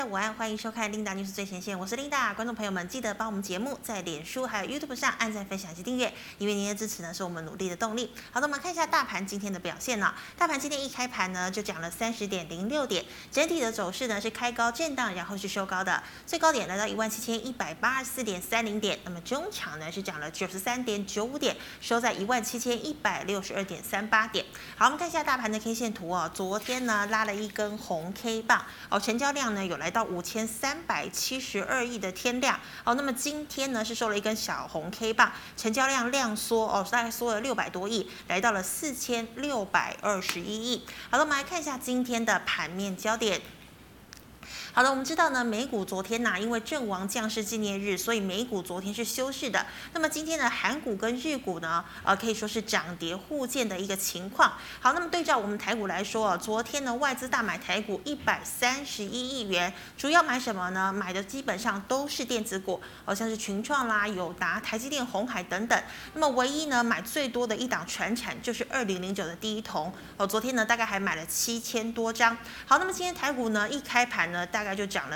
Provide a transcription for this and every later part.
午安，欢迎收看 Linda News 最前线，我是 Linda。观众朋友们，记得帮我们节目在脸书还有 YouTube 上按赞、分享及订阅，因为您的支持呢是我们努力的动力。好的，我们看一下大盘今天的表现呢。大盘今天一开盘呢就涨了30.06点，整体的走势呢是开高震荡，然后是收高的，最高点来到17184.30点，那么中场呢是涨了93.95点，收在17162.38点。好，我们看一下大盘的 K 线图哦，昨天呢拉了一根红 K 棒哦，成交量呢有来到5372亿的天量哦，那么今天呢是收了一根小红 K 棒，成交量量缩哦，大概缩了600多亿，来到了4621亿。好的，我们来看一下今天的盘面焦点。好的，我们知道呢，美股昨天因为阵亡将士纪念日，所以美股昨天是休市的。那么今天呢，韩股跟日股呢，可以说是涨跌互见的一个情况。好，那么对照我们台股来说昨天呢，外资大买台股131亿元，主要买什么呢？买的基本上都是电子股，像是群创啦、友达、台积电、鸿海等等。那么唯一呢，买最多的一档传产就是2009的第一铜昨天呢，大概还买了7000多张。好，那么今天台股呢，一开盘呢，大概就涨了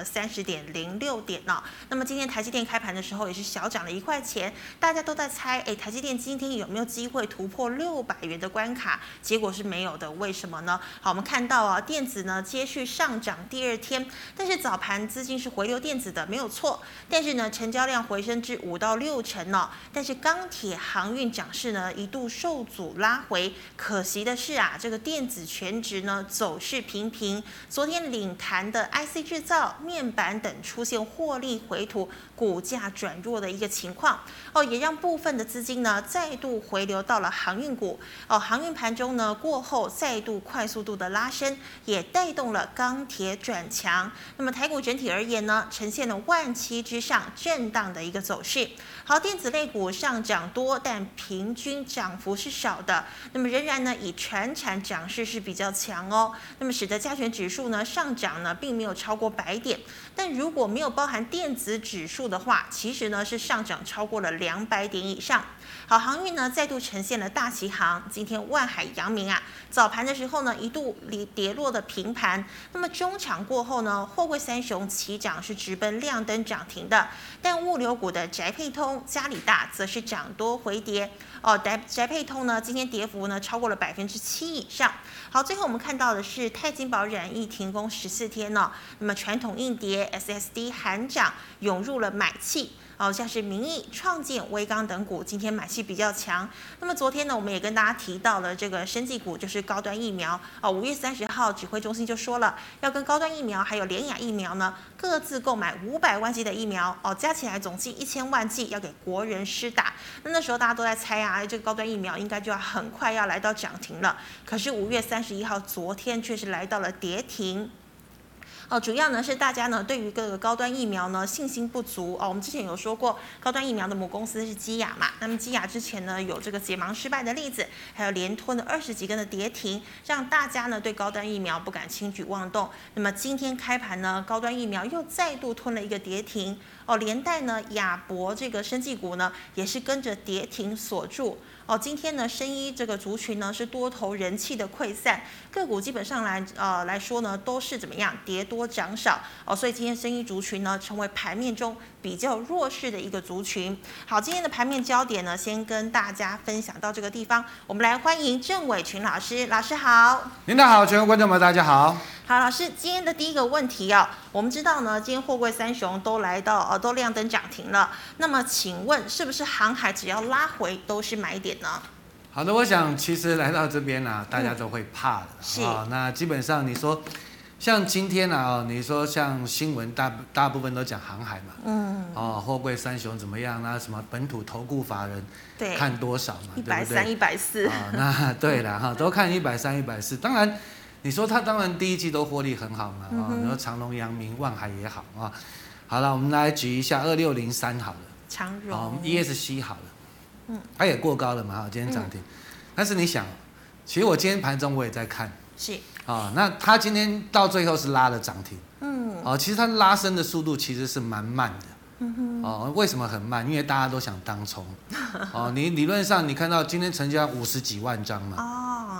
30.06点哦。那么今天台积电开盘的时候也是小涨了1块钱，大家都在猜，台积电今天有没有机会突破600元的关卡？结果是没有的，为什么呢？好，我们看到电子呢接续上涨第二天，但是早盘资金是回流电子的，没有错。但是呢，成交量回升至5到6成哦。但是钢铁、航运涨势呢一度受阻拉回，可惜的是这个电子全值呢走势平平。昨天领弹的 IC 制造、面板等出现获利回吐、股价转弱的一个情况也让部分的资金呢再度回流到了航运股航运盘中呢过后再度快速度的拉升，也带动了钢铁转强。那么台股整体而言呢，呈现了17000之上震荡的一个走势。好，电子类股上涨多，但平均涨幅是少的。那么仍然呢，以传产涨势是比较强哦。那么使得加权指数呢上涨呢，并没有超过100点。但如果没有包含电子指数的话，其实呢是上涨超过了200点以上。好，航运呢再度呈现了大起航，今天万海、阳明早盘的时候呢一度跌落的平盘，那么中场过后呢，货柜三雄齐涨是直奔亮灯涨停的，但物流股的宅配通、嘉里大则是涨多回跌宅配通呢今天跌幅呢超过了7%以上。好，最后我们看到的是泰金宝染疫停工14天那么传统硬碟、SSD 喊涨，涌入了买气像是民意、创建、威刚等股今天买气比较强。那么昨天呢，我们也跟大家提到了这个生技股，就是高端疫苗5月30号指挥中心就说了，要跟高端疫苗还有联亚疫苗呢各自购买500万剂的疫苗加起来总计1000万剂要给国人施打。那时候大家都在猜这个高端疫苗应该就要很快要来到涨停了。可是5月31号昨天却是来到了跌停。主要呢是大家呢对于各个高端疫苗呢信心不足我们之前有说过，高端疫苗的母公司是基亚嘛，那么基亚之前呢有这个解盲失败的例子，还有连吞了20几根的跌停，让大家呢对高端疫苗不敢轻举妄动。那么今天开盘呢，高端疫苗又再度吞了一个跌停连带呢亚博这个生技股呢也是跟着跌停锁住。今天呢，生医这个族群呢是多头人气的溃散，个股基本上来说呢都是怎么样跌多涨少所以今天生医族群呢成为盘面中比较弱势的一个族群。好，今天的盘面焦点呢，先跟大家分享到这个地方，我们来欢迎郑伟群老师，老师好。 领导好，全国观众们大家好。 好，老师，今天的第一个问题我们知道呢，今天货柜三雄都来到都亮灯涨停了，那么请问是不是航海只要拉回都是买点呢？ 好的，我想其实来到这边大家都会怕的那基本上你说像今天你说像新闻大部分都讲航海嘛，货柜三雄怎么样什么本土投顾法人看多少嘛，对不对 ？130、140 那对了都看130、140。当然你说他当然第一季都获利很好嘛你说长荣、阳明、万海也好好了，我们来举一下2603好了， 长荣 ESC 好了，它也过高了嘛今天涨停。但是你想，其实我今天盘中我也在看， 是那它今天到最后是拉了涨停，其实它拉升的速度其实是蛮慢的，为什么很慢？因为大家都想当冲，你理论上你看到今天成交50几万张嘛，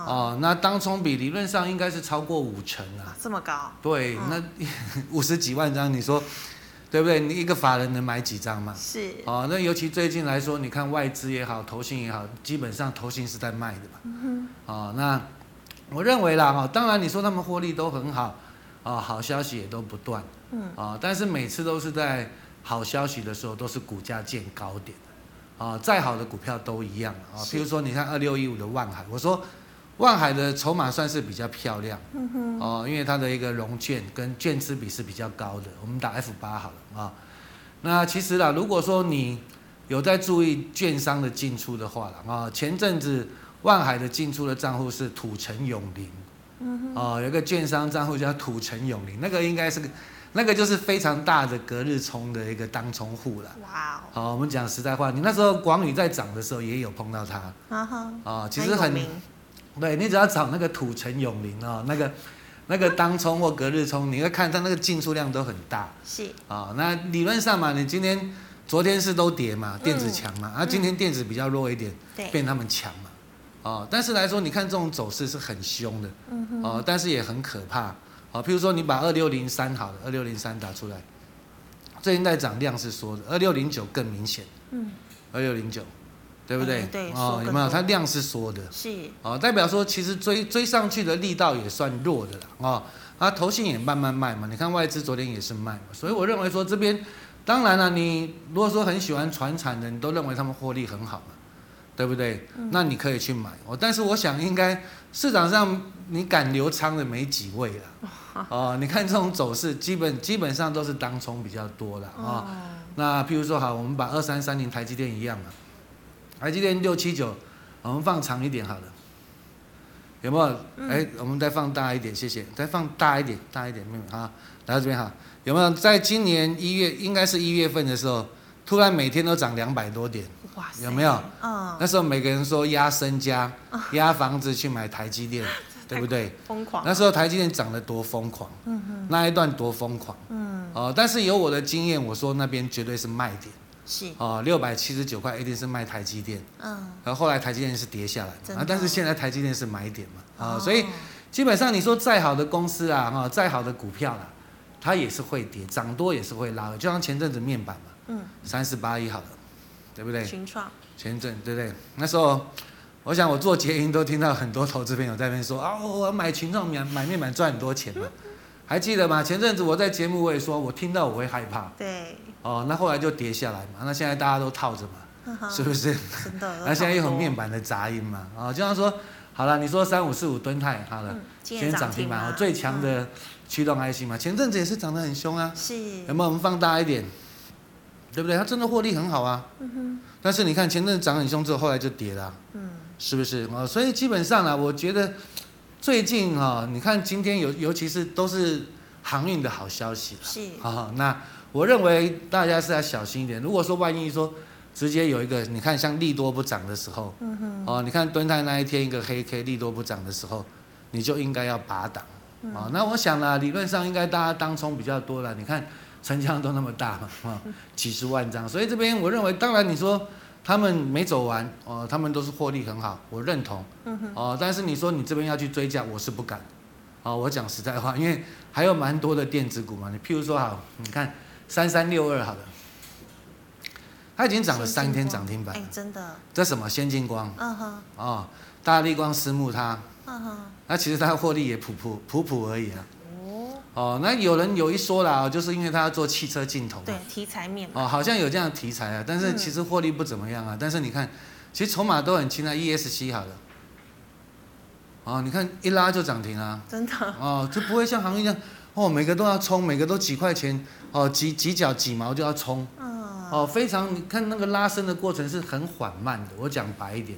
哦，那当冲比理论上应该是超过50%啊， 这么高？ 对，那50几万张，你说对不对？你一个法人能买几张嘛？ 是。 哦，那尤其最近来说，你看外资也好，投信也好，基本上投信是在卖的嘛。哦，那我认为啦，哈，当然你说他们获利都很好，啊，好消息也都不断，但是每次都是在好消息的时候，都是股价见高点的，啊，再好的股票都一样啊。譬如说，你看2615的万海，我说万海的筹码算是比较漂亮，因为它的一个融券跟券资比是比较高的，我们打 F8好了啊。那其实啦，如果说你有在注意券商的进出的话啦，啊，前阵子万海的进出的账户是土城永林，有一个券商账户叫土城永林，那个应该是那个就是非常大的隔日冲的一个当冲户了。 哇哦！ 好，我们讲实在话，你那时候广宇在涨的时候也有碰到它，其实很对，你只要找那个土城永林那个当冲或隔日冲，你会看它那个进出量都很大。 是那理论上嘛，你昨天是都跌嘛，电子强嘛，今天电子比较弱一点，变他们强嘛。但是来说，你看这种走势是很凶的，但是也很可怕。譬如说你把2603好了，2603打出来，最近在涨，量是缩的，2609更明显，2609。对不对？ 对， 有没有？它量是缩的， 是代表说其实追上去的力道也算弱的啦，投信也慢慢卖嘛。你看外资昨天也是卖嘛，所以我认为说这边，当然了，你如果说很喜欢传产的，你都认为他们获利很好嘛，对不对？那你可以去买但是我想应该市场上你敢留仓的没几位了，你看这种走势，基本上都是当冲比较多了那譬如说好，我们把2330台积电一样嘛。台积电679，我们放长一点好了，有没有？我们再放大一点，谢谢。再放大一点，妹妹哈，来到这边哈，有没有？在今年1月，应该是1月份的时候，突然每天都涨200多点，有没有？那时候每个人说压身家、压房子去买台积电，对不对？ 疯狂。 那时候台积电涨得多疯狂，那一段多疯狂，但是有我的经验，我说那边绝对是卖点。 是 679块一定是卖台积电，然后后来台积电是跌下来嘛，但是现在台积电是买点嘛，所以基本上你说再好的公司啊，再好的股票啦，它也是会跌，涨多也是会拉的，就像前阵子面板嘛，3081好了，对不对？ 群创前阵对不对？那时候我想我做捷运都听到很多投资朋友在那边说我买群创买面板赚很多钱嘛，还记得吗？前阵子我在节目我也说，我听到我会害怕， 对。 那后来就跌下来嘛，那现在大家都套着嘛，是不是？ 真的。 那现在又有面板的杂音嘛，就像说，好了，你说3545敦泰好了，今天涨停板，最强的驱动 IC 嘛，前阵子也是涨得很凶啊， 是。 有没有？我们放大一点，对不对？它真的获利很好啊，但是你看前阵子涨很凶之后，后来就跌了，是不是？所以基本上呢，我觉得最近你看今天尤其是都是航运的好消息了， 是。 那。我认为大家是要小心一点。如果说万一说直接有一个，你看像利多不涨的时候，你看敦泰那一天一个黑 K 利多不涨的时候，你就应该要拔档，那我想啦，理论上应该大家当冲比较多了。你看成交量都那么大嘛，几十万张，所以这边我认为，当然你说他们没走完，他们都是获利很好，我认同，但是你说你这边要去追价，我是不敢，我讲实在话，因为还有蛮多的电子股嘛，你譬如说好，你看。3362好了，它已经涨了3天涨停板， 真的。 这什么？先进光，大立光、私募它，那其实它获利也普而已啊。那有人有一说啦，就是因为它要做汽车镜头， 对，题材面好像有这样的题材啊，但是其实获利不怎么样啊。但是你看，其实筹码都很轻啊 ，ESC 好了，你看一拉就涨停啊， 真的， 就不会像航运一样。每个都要冲，每个都几块钱，几角几毛就要冲，非常，你看那个拉升的过程是很缓慢的。我讲白一点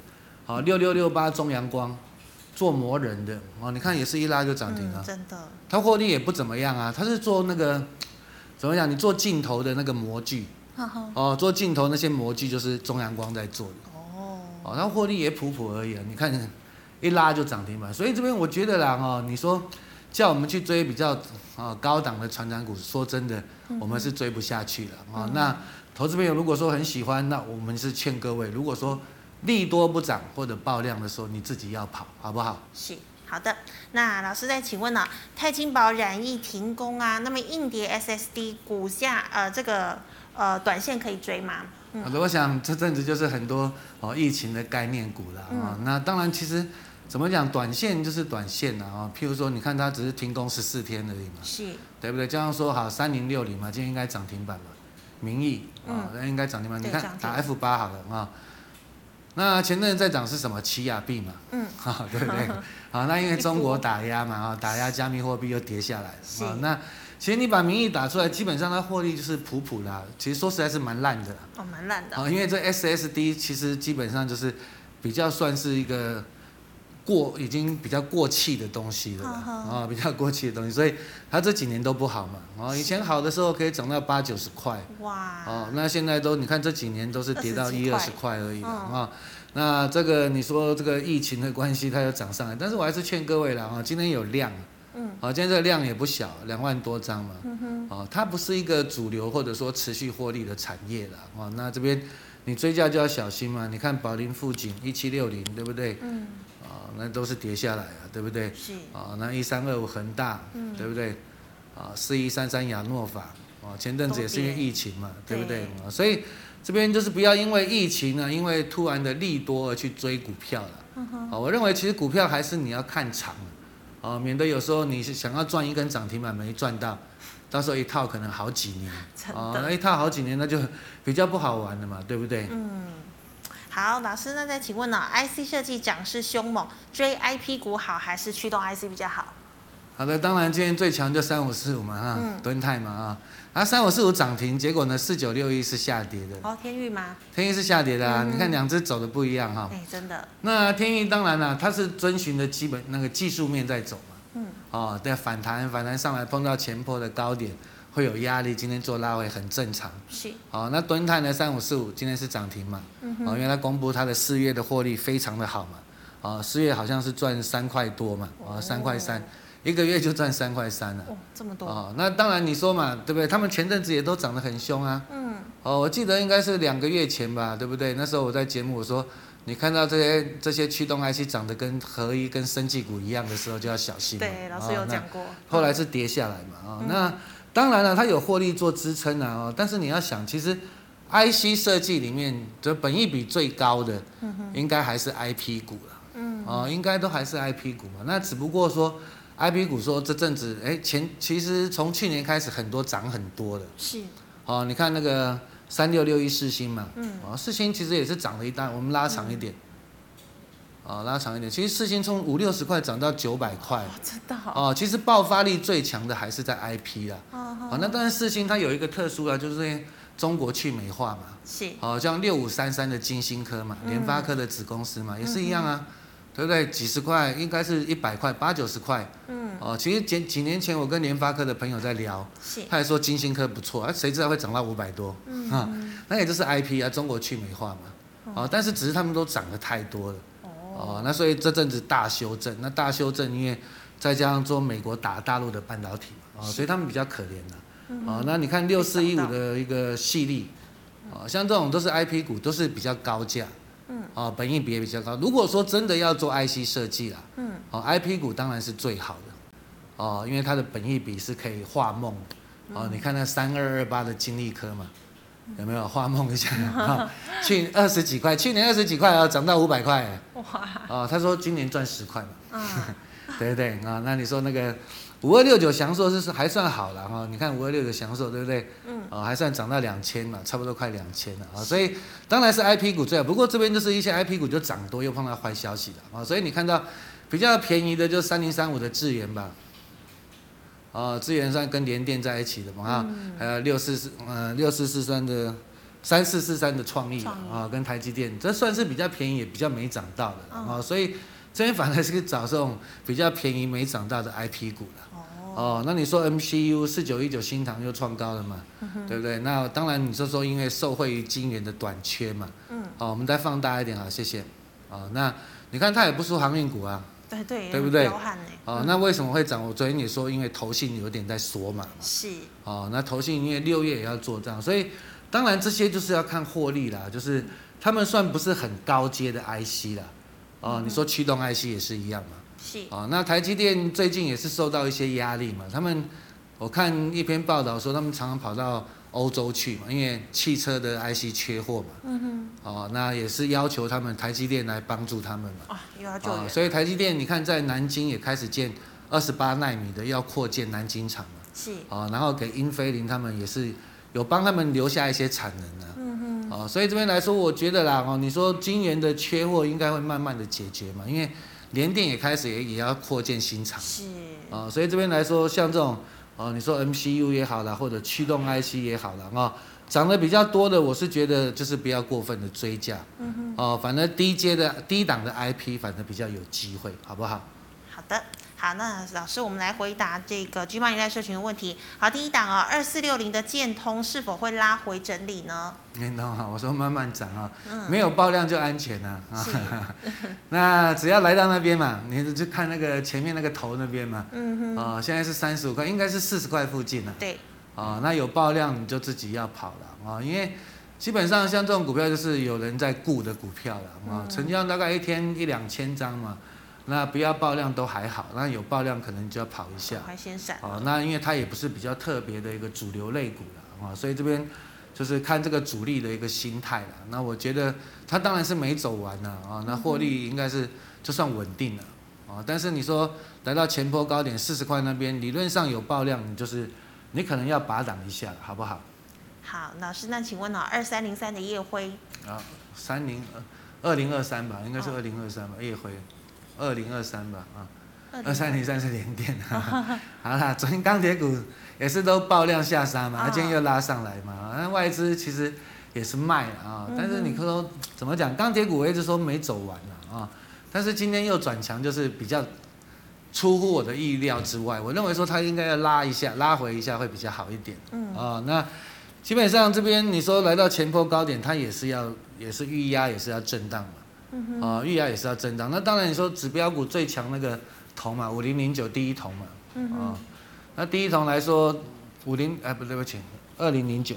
，6668中阳光，做磨人的，你看也是一拉就涨停了， 真的。它获利也不怎么样啊，它是做那个怎么讲？你做镜头的那个模具，做镜头那些模具就是中阳光在做的，它获利也普而已啊。你看一拉就涨停板，所以这边我觉得啦，你说。叫我们去追比较高档的传产股，说真的，我们是追不下去了那投资朋友如果说很喜欢，那我们是劝各位，如果说利多不涨或者爆量的时候，你自己要跑，好不好？ 是。好的，那老师再请问呢？泰金宝染疫停工啊，那么硬碟 SSD 股价这个短线可以追吗？ 好的，我想这阵子就是很多疫情的概念股啦。那当然其实怎么讲，短线就是短线啦。譬如说你看它只是停工14天而已嘛， 是， 对不对？这样说好3060嘛，今天应该涨停板嘛，民意应该涨停板。你看打 F8好了啊。那前阵子在涨是什么？奇亚币嘛，对不对？好，那因为中国打压嘛，打压加密货币又跌下来了。那其实你把民意打出来，基本上它获利就是普普啦。其实说实在是蛮烂的。 蛮烂的。 因为这 SSD 其实基本上就是比较算是一个已经比较过气的东西了，比较过气的东西，所以它这几年都不好嘛。以前好的时候可以涨到80-90块，哇！那现在你看这几年都是跌到10-20块而已了。那这个你说这个疫情的关系，它又涨上来，但是我还是劝各位啦，今天有量，今天这个量也不小，2万多张嘛，它不是一个主流或者说持续获利的产业啦，那这边你追价就要小心嘛，你看宝林富锦1760，对不对？那都是跌下来啊，对不对？ 是。 那1325恒大，对不对？4133亚诺法，前阵子也是因为疫情嘛，对不对？所以这边就是不要因为疫情呢，因为突然的利多而去追股票了。我认为其实股票还是你要看长，免得有时候你是想要赚一根涨停板没赚到，到时候一套可能好几年，那一套好几年那就比较不好玩了嘛，对不对？ 好，老师，那再请问呢？IC 设计涨势凶猛，追 IP 股好还是驱动 IC 比较好？ 好的，当然今天最强就3545嘛，敦泰嘛3545涨停，结果呢4961是下跌的。 天钰吗？ 天钰是下跌的你看两只走的不一样哈。 真的。 那天钰当然它是遵循的基本那个技术面在走嘛，在反弹上来碰到前波的高点。会有压力，今天做拉回很正常。 是。 那敦泰呢3545今天是涨停嘛？因为它公布它的4月的获利非常的好嘛。4月好像是赚3块多嘛，3块3，一个月就赚3块3了。 这么多。 那当然你说嘛，对不对？他们前阵子也都涨得很凶啊。我记得应该是2个月前吧，对不对？那时候我在节目我说，你看到这些驱动 IC 涨得跟合一跟生技股一样的时候就要小心。 对，老师有讲过。 后来是跌下来嘛那。当然了，它有获利做支撑但是你要想，其实 IC 设计里面的本益比最高的，应该还是 IP 股了，应该都还是 IP 股嘛。那只不过说 IP 股说这阵子，其实从去年开始很多涨很多的， 是， 你看那个3661世芯嘛，世芯其实也是涨了一大，我们拉长一点。拉长一点，其实世芯从50-60块涨到900块， 真的其实爆发力最强的还是在 IP 啦。那当然世芯它有一个特殊就是因为中国去美化嘛， 是。 像6533的晶心科嘛，联发科的子公司嘛，也是一样啊，对不对？几十块，应该是100块、80-90块。其实几年前我跟联发科的朋友在聊，他还说晶心科不错，谁知道会涨到500多？那也就是 IP 啊，中国去美化嘛。但是只是他们都涨得太多了。那所以这阵子大修正，那大修正因为再加上做美国打大陆的半导体嘛，所以他们比较可怜那你看6415的一个细粒，像这种都是 IP 股，都是比较高价，本益比也比较高。如果说真的要做 IC 设计啦，IP 股当然是最好的，因为它的本益比是可以画梦你看那3228的金利科嘛。有没有画梦一下？去20几块，去年20几块涨到500块。哇！他说今年赚10块嘛。对不对那你说那个5269祥硕是还算好了你看5269祥硕对不对？还算涨到2000嘛，差不多快2000了所以当然是 IP 股最好。不过这边就是一些 IP 股就涨多，又碰到坏消息了所以你看到比较便宜的就3035的智原吧。资源算跟联电在一起的嘛还有6443的3443的创意跟台积电，这算是比较便宜也比较没涨到的所以这边反而是找这种比较便宜没涨到的 IP 股了那你说 MCU 4919新唐又创高了嘛对不对？那当然你就说因为受惠于晶圆的短缺嘛我们再放大一点谢谢那你看它也不输航运股对不对？那为什么会涨？我昨天也说，因为投信有点在缩嘛。 是。 那投信因为6月也要做账，所以当然这些就是要看获利啦。就是他们算不是很高阶的 IC 啦。你说驱动 IC 也是一样嘛。 是。 那台积电最近也是受到一些压力嘛，我看一篇报道说，他们常常跑到欧洲去嘛，因为汽车的 IC 缺货嘛。那也是要求他们台积电来帮助他们嘛。 又要救援。 所以台积电你看在南京也开始建28奈米的，要扩建南京厂嘛。 是。 然后给英飞凌他们也是有帮他们留下一些产能啊。所以这边来说，我觉得啦，你说晶圆的缺货应该会慢慢的解决嘛，因为联电也开始也要扩建新厂。 是。 所以这边来说，像这种你说 MCU 也好啦，或者驱动 IC 也好啦，涨得比较多的，我是觉得就是不要过分的追价。反正低档的 IP 反正比较有机会，好不好？ 好的。好，那老师，我们来回答这个G money赖社群的问题。好，第一档2460的建通是否会拉回整理呢？ 我说慢慢涨没有爆量就安全啊。那只要来到那边嘛，你就看那个前面那个头那边嘛。现在是35块，应该是40块附近了。 对。 那有爆量你就自己要跑了因为基本上像这种股票就是有人在顾的股票了成交大概一天1-2千张嘛。那不要爆量都还好，那有爆量可能就要跑一下。 快先闪。 那因为它也不是比较特别的一个主流类股了所以这边就是看这个主力的一个心态了。那我觉得它当然是没走完了那获利应该是就算稳定了但是你说来到前波高点40块那边，理论上有爆量，你可能要拔档一下，好不好？ 好，老师，那请问2303的燁辉 2023吧，应该是2023吧，燁辉。2023吧2303是联电好啦，昨天钢铁股也是都爆量下杀嘛，今天又拉上来嘛，那外资其实也是卖了但是你说怎么讲，钢铁股我一直说没走完了但是今天又转强，就是比较出乎我的意料之外，我认为说它应该要拉回一下会比较好一点那基本上这边你说来到前波高点，它也是预压，也是要震荡嘛。预压也是要震荡，那当然你说指标股最强那个铜嘛，5009第一铜嘛，那第一铜来说对不起，2009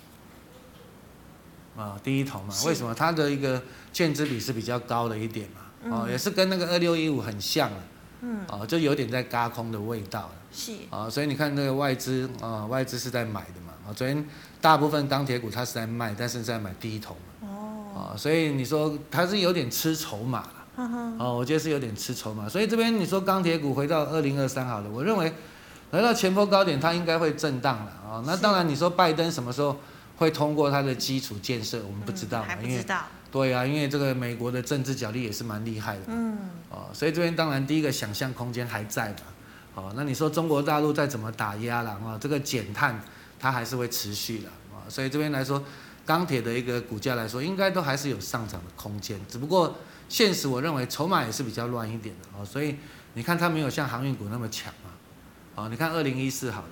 第一铜嘛，为什么它的一个券资比是比较高的一点嘛，也是跟那个2615很像就有点在轧空的味道了， 是所以你看那个外资是在买的嘛，昨天大部分钢铁股它是在卖，但是在买第一铜嘛。所以你说它是有点吃筹码了，我觉得是有点吃筹码，所以这边你说钢铁股回到2023好了，我认为来到前波高点它应该会震荡了那当然你说拜登什么时候会通过他的基础建设，我们不知道嘛，因为对因为这个美国的政治角力也是蛮厉害的所以这边当然第一个想象空间还在嘛那你说中国大陆再怎么打压了这个减碳它还是会持续的所以这边来说。钢铁的一个股价来说，应该都还是有上涨的空间，只不过现实我认为筹码也是比较乱一点的所以你看它没有像航运股那么强你看2014好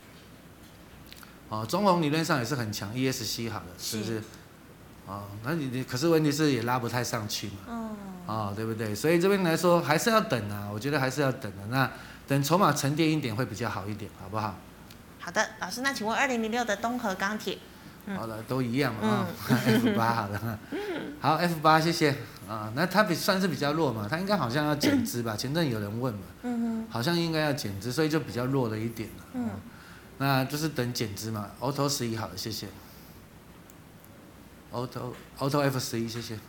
了中鸿理论上也是很强 ，ESC 好了，是不是？那你可是问题是也拉不太上去嘛，对不对？所以这边来说还是要等我觉得还是要等的，那等筹码沉淀一点会比较好一点，好不好？ 好的，老师，那请问2006的东和钢铁？ 好了，都一样嘛F8好了，好 F8谢谢那它算是比较弱嘛，它应该好像要减资吧？前阵有人问嘛，好像应该要减资，所以就比较弱了一点了那就是等减资嘛。Auto 11好了，谢谢。Auto F11谢谢。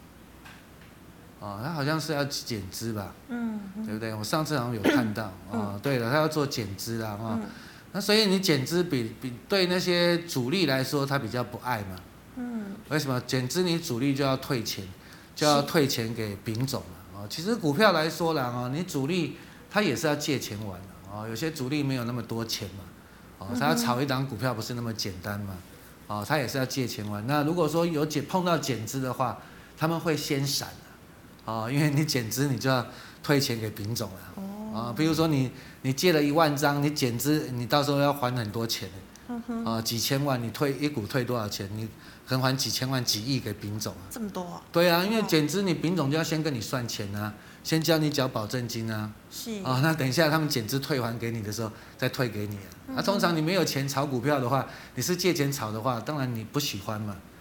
它好像是要减资吧？对不对？我上次好像有看到对了，它要做减资啦那所以你减资比对那些主力来说，他比较不爱嘛。为什么减资你主力就要退钱，给丙种了其实股票来说啦你主力他也是要借钱玩的有些主力没有那么多钱嘛他要炒一档股票不是那么简单嘛他也是要借钱玩。那如果说碰到减资的话，他们会先闪因为你减资你就要退钱给丙种了比如说你借了1万张，你减资，你到时候要还很多钱几千万，你一股退多少钱？你可能还几千万、几亿给丙种这么多？ 对因为减资，你丙种就要先跟你算钱先叫你缴保证金是那等一下他们减资退还给你的时候再退给你通常你没有钱炒股票的话，你是借钱炒的话，当然你不喜欢嘛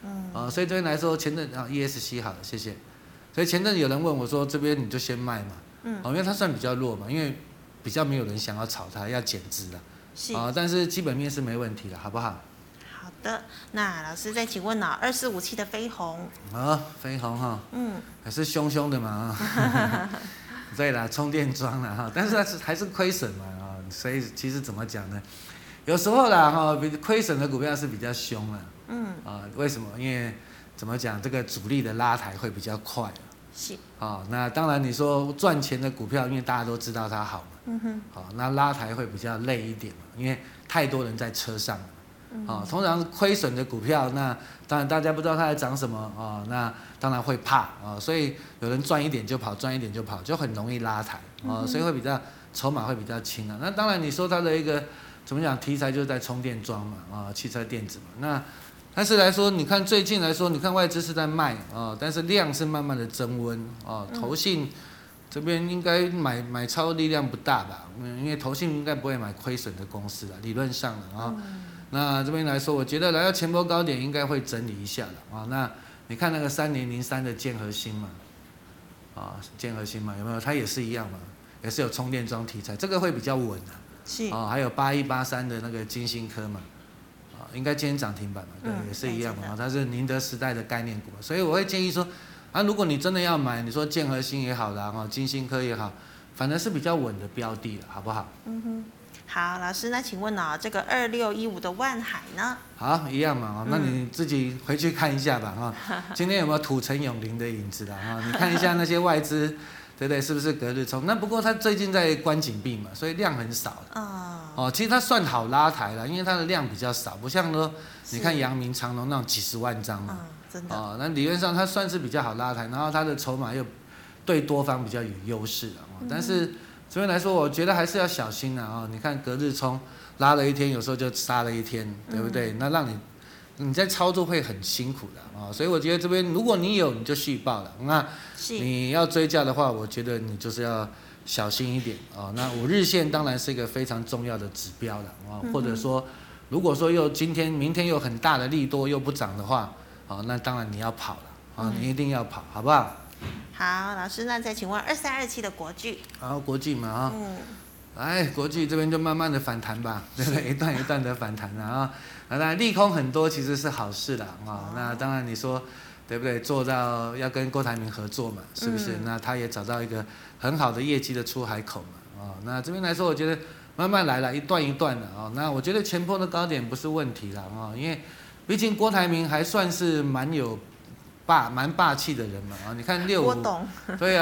所以这边来说前阵ESC 好了，谢谢。所以前阵有人问我说这边你就先卖嘛，因为它算比较弱嘛，因为比较没有人想要炒它，要减资了，但是基本面是没问题的，好不好？ 好的，那老师再请问2457的飞鸿， 飞鸿哈，还是凶凶的嘛对啦，充电桩啦哈，但是还是亏损嘛所以其实怎么讲呢？有时候啦亏损的股票是比较凶啦，为什么？因为怎么讲，这个主力的拉抬会比较快。 是。 那当然你说赚钱的股票，因为大家都知道它好嘛，那拉抬会比较累一点嘛，因为太多人在车上了。通常亏损的股票，那当然大家不知道它在涨什么那当然会怕所以有人赚一点就跑，赚一点就跑，就很容易拉抬所以会比较筹码会比较轻那当然你说它的一个怎么讲题材就是在充电桩嘛汽车电子嘛那。但是来说，你看最近来说，你看外资是在卖但是量是慢慢的增温投信这边应该买超力量不大吧？因为投信应该不会买亏损的公司理论上那这边来说，我觉得来到前波高点应该会整理一下那你看那个3003的建和兴嘛建和兴嘛有没有？它也是一样嘛，也是有充电桩题材，这个会比较稳是还有8183的那个金星科嘛。应该今天涨停板嘛，对，也是一样嘛，它是宁德时代的概念股，所以我会建议说，如果你真的要买，你说建和兴也好啦，金星科也好，反正是比较稳的标的了，好不好？ 好，老师，那请问这个2615的万海呢？ 好，一样嘛那你自己回去看一下吧今天有没有土城永龄的影子啦你看一下那些外资，对不对？是不是隔日冲？那不过它最近在关紧闭嘛，所以量很少其实它算好拉抬了，因为它的量比较少，不像说你看阳明、长荣那种几十万张嘛， 真的那理论上它算是比较好拉抬，然后它的筹码又对多方比较有优势但是这边来说，我觉得还是要小心你看隔日冲拉了一天，有时候就杀了一天，对不对？那让你在操作会很辛苦的所以我觉得这边如果你有你就续报了，那你要追价的话，我觉得你就是要小心一点那5日线当然是一个非常重要的指标了或者说如果说明天有很大的利多又不涨的话那当然你要跑了你一定要跑，好不好？ 好，老师，那再请问2327的国巨。 国巨嘛国巨这边就慢慢的反弹吧，对不对？一段一段的反弹当然利空很多其实是好事啦那当然你说对不对？做到要跟郭台铭合作嘛，是不是？那他也找到一个很好的业绩的出海口嘛那这边来说，我觉得慢慢来了，一段一段的那我觉得前波的高点不是问题啦因为毕竟郭台铭还算是蛮霸气的人嘛你看65， 我懂。 对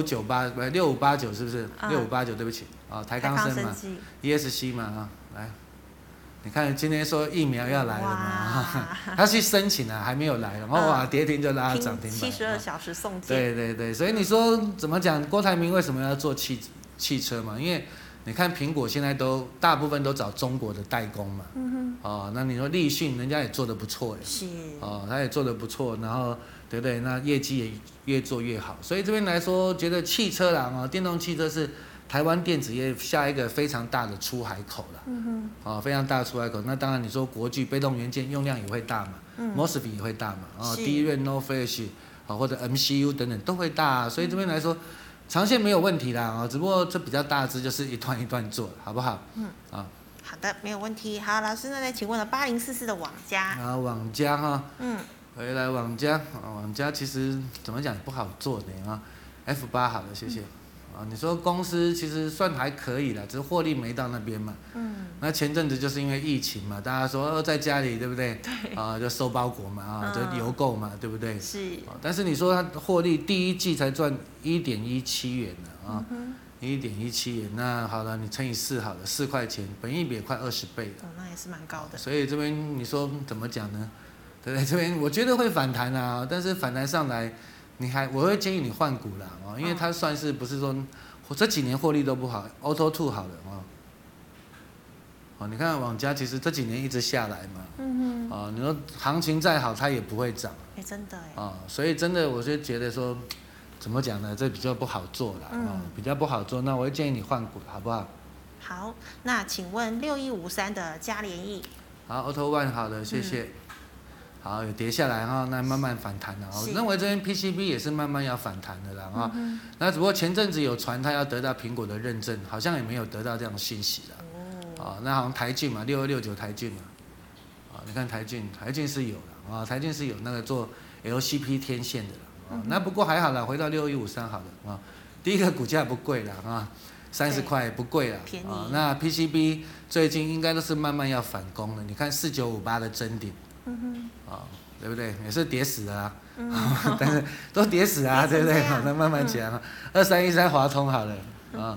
6589是不是？6589对不起台康生嘛 ，ESC 嘛来。你看今天说疫苗要来了嘛他去申请还没有来，然后跌停就拉涨停板 ，72小时送件。 对，所以你说怎么讲？郭台铭为什么要做汽车嘛？因为你看苹果现在大部分都找中国的代工嘛，那你说立讯人家也做得不错是他也做得不错，然后对不对？那业绩也越做越好，所以这边来说，觉得汽车啦电动汽车是台湾电子业下一个非常大的出海口了，非常大的出海口。那当然你说国巨被动元件用量也会大嘛，Mosfet 也会大嘛，DRAM NOR Flash 或者 MCU 等等都会大所以这边来说，长线没有问题啦只不过这比较大只就是一段一段做，好不好？ 好的，没有问题。好，老师，那再请问了8044的网家。 网家回来网家其实怎么讲也不好做的F8好了，谢谢。你说公司其实算还可以啦，只是获利没到那边嘛。那前阵子就是因为疫情嘛，大家说在家里对不对？就收包裹嘛就邮购嘛，对不对？ 是。 但是你说它获利第一季才赚1.17元呢1.17元，那好了，你乘以4好了，4块钱，本益比也快20倍了。 那也是蛮高的。 所以这边你说怎么讲呢？对不对？这边我觉得会反弹但是反弹上来。我会建议你换股啦因为它算是不是说这几年获利都不好 ，Auto Two 好了你看网家其实这几年一直下来嘛，你说行情再好它也不会涨， 真的所以真的我就觉得说怎么讲呢？这比较不好做啦比较不好做，那我会建议你换股，好不好？ 好，那请问6153的嘉联益。 好 ，Auto One 好的，谢谢。 好有跌下来哈，那慢慢反弹了。我认为这边 PCB 也是慢慢要反弹的啦啊。那只不过前阵子有传它要得到苹果的认证，好像也没有得到这样的信息啦。啊，那好像台骏嘛，6269台骏嘛。啊，你看台骏是有的啊，台骏是有那个做 LCP 天线的啦。那不过还好啦，回到6153好了啊。第一个股价不贵啦啊。30块不贵了，那 PCB 最近应该都是慢慢要反攻了。你看4958的真顶，对不对？也是跌死了啊，但是都跌死啊，对不对？那慢慢起来嘛。2313华通好了啊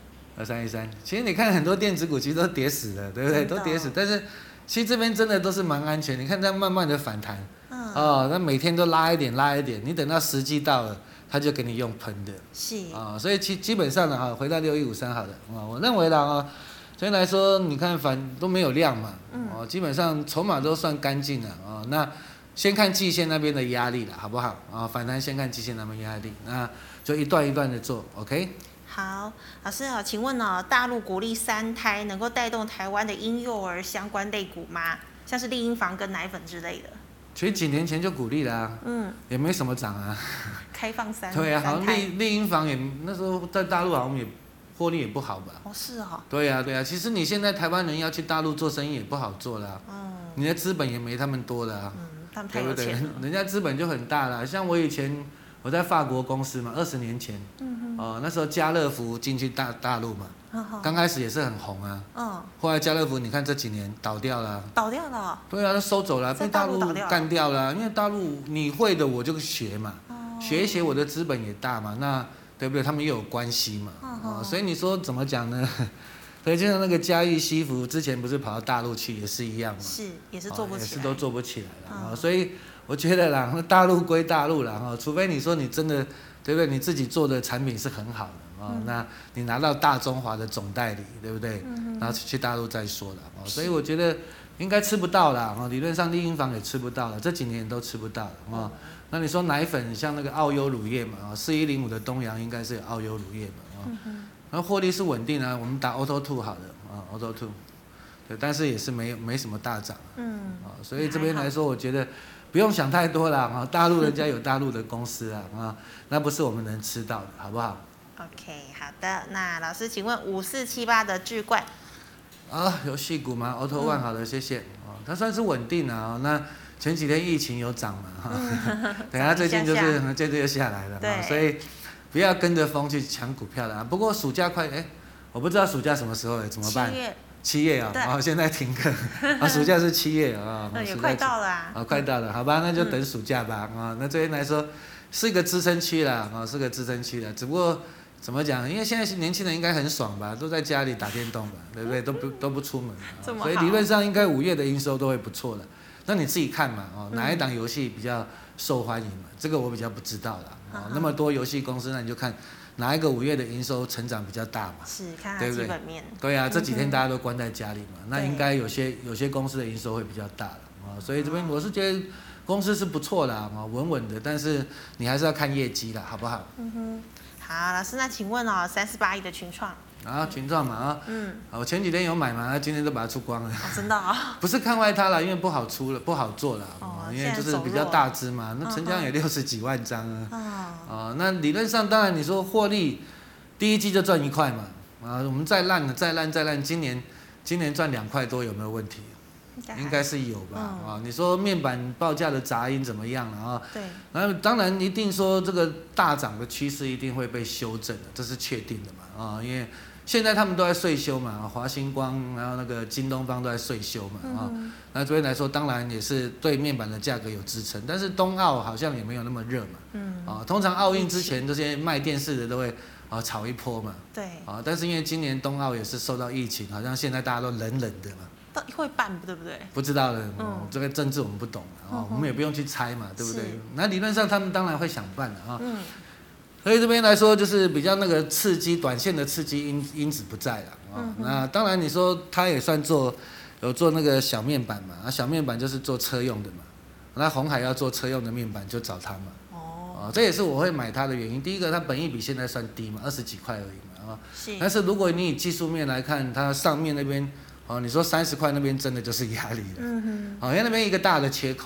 ，2313，其实你看很多电子股其实都跌死了，对不对？都跌死，但是其实这边真的都是蛮安全。你看它慢慢的反弹，那每天都拉一点，你等到时机到了。他就给你用喷的， 是所以基本上呢哈，回到6153好了我认为啦所以来说，你看反都没有量嘛，基本上筹码都算干净了那先看季线那边的压力了，好不好反弹先看季线那边压力，那就一段一段的做 ，OK。 好，老师请问大陆国立3胎能够带动台湾的婴幼儿相关类股吗？像是丽婴房跟奶粉之类的。 其实几年前就鼓励啦，也没什么涨啊。 开放3 对啊，好像丽婴房也那时候在大陆好像也获利也不好吧？ 是哦。 对啊，其实你现在台湾人要去大陆做生意也不好做啦，你的资本也没他们多啦， 他们太有钱了， 人家资本就很大啦。像我以前我在法国公司嘛，20年前，那时候家乐福进去大陆嘛。刚开始也是很红啊，后来家乐福你看这几年倒掉了，对啊，都收走了，被大陆干掉了，因为大陆你会的我就学嘛，学一学我的资本也大嘛，那对不对？他们又有关系嘛，所以你说怎么讲呢？所以就像那个嘉裕西服之前不是跑到大陆去也是一样嘛， 也是做不起来， 也是都做不起来了，所以我觉得啦，大陆归大陆啦，除非你说你真的对不对？你自己做的产品是很好的。那你拿到大中华的总代理，对不对？然后去大陆再说了，所以我觉得应该吃不到啦，理论上丽婴房也吃不到了，这几年都吃不到了那你说奶粉像那个澳优乳业嘛，4105的东阳应该是有澳优乳业嘛然后获利是稳定啊，我们打 Auto Two 好的Auto Two， 对，但是也是没什么大涨所以这边来说，我觉得不用想太多啦大陆人家有大陆的公司那不是我们能吃到的，好不好 ？OK， 好的。那老师，请问5478的智冠有细股吗 ？Auto One 好的，谢谢它算是稳定啊那前几天疫情有涨嘛等下最近就是渐渐又下来了所以不要跟着风去抢股票了不过暑假快我不知道暑假什么时候怎么办？7月现在停课暑假是7月也快到了快到了，好吧，那就等暑假吧那这边来说是一个支撑区啦是个支撑区啦，只不过怎么讲？因为现在年轻人应该很爽吧，都在家里打电动吧，对不对？都不出门所以理论上应该5月的营收都会不错的。那你自己看嘛哪一档游戏比较受欢迎嘛？这个我比较不知道啦那么多游戏公司，那你就看哪一个5月的营收成长比较大嘛？ 看它基本面。 对啊，这几天大家都关在家里嘛，那应该有些公司的营收会比较大了所以这边我是觉得公司是不错啦稳稳的，但是你还是要看业绩啦，好不好？ 好，老师，那请问3081的群创群创嘛我前几天有买嘛，今天都把它出光了真的不是看坏它啦，因为不好不好做啦因为就是比较大只嘛，那成交也60几万张那理论上当然你说获利第一季就赚1块嘛我们再烂，今年赚2块多有没有问题？应该是有吧你说面板报价的杂音怎么样了对， 然后当然一定说这个大涨的趋势一定会被修正的，这是确定的嘛因为现在他们都在税修嘛华星光然后那个京东方都在税修嘛那这边来说当然也是对面板的价格有支撑，但是冬奥好像也没有那么热嘛通常奥运之前这些卖电视的都会炒一波嘛对但是因为今年冬奥也是受到疫情，好像现在大家都冷的嘛会办对不对？ 不知道的这个政治我们不懂我们也不用去猜嘛，对不对？那理论上他们当然会想办的所以这边来说就是比较那个刺激短线的刺激因子不在了那当然你说他也算有做那个小面板嘛小面板就是做车用的嘛那鸿海要做车用的面板就找他嘛这也是我会买它的原因。第一个它本益比现在算低嘛20几块而已嘛但是如果你以技术面来看，它上面那边你说30块那边真的就是压力了因为那边一个大的缺口了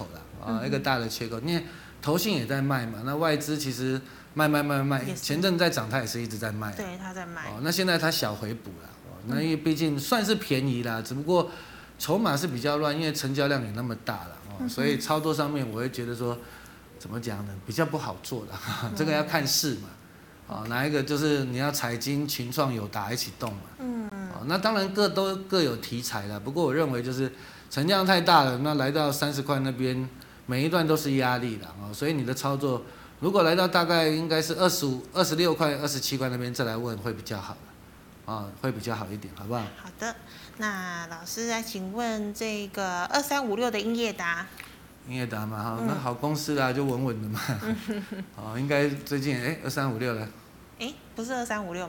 一个大的缺口。因为投信也在卖嘛，那外资其实卖，前阵在涨，它也是一直在卖。 对，它在卖。 那现在它小回补了，那因为毕竟算是便宜啦，只不过筹码是比较乱，因为成交量也那么大了，所以操作上面我会觉得说，怎么讲呢，比较不好做的，这个要看市嘛。哪一个就是你要彩晶、群创、友达一起动嘛。那当然各有题材啦，不过我认为就是成交量太大了，那来到30块那边，每一段都是压力啦，所以你的操作如果来到大概应该是26块、27块那边再来问会比较好会比较好一点，好不好？ 好的，那老师来请问这个2356的英业达。 英业达嘛，那好公司啦，就稳稳的嘛。应该最近2356了。 不是2356吗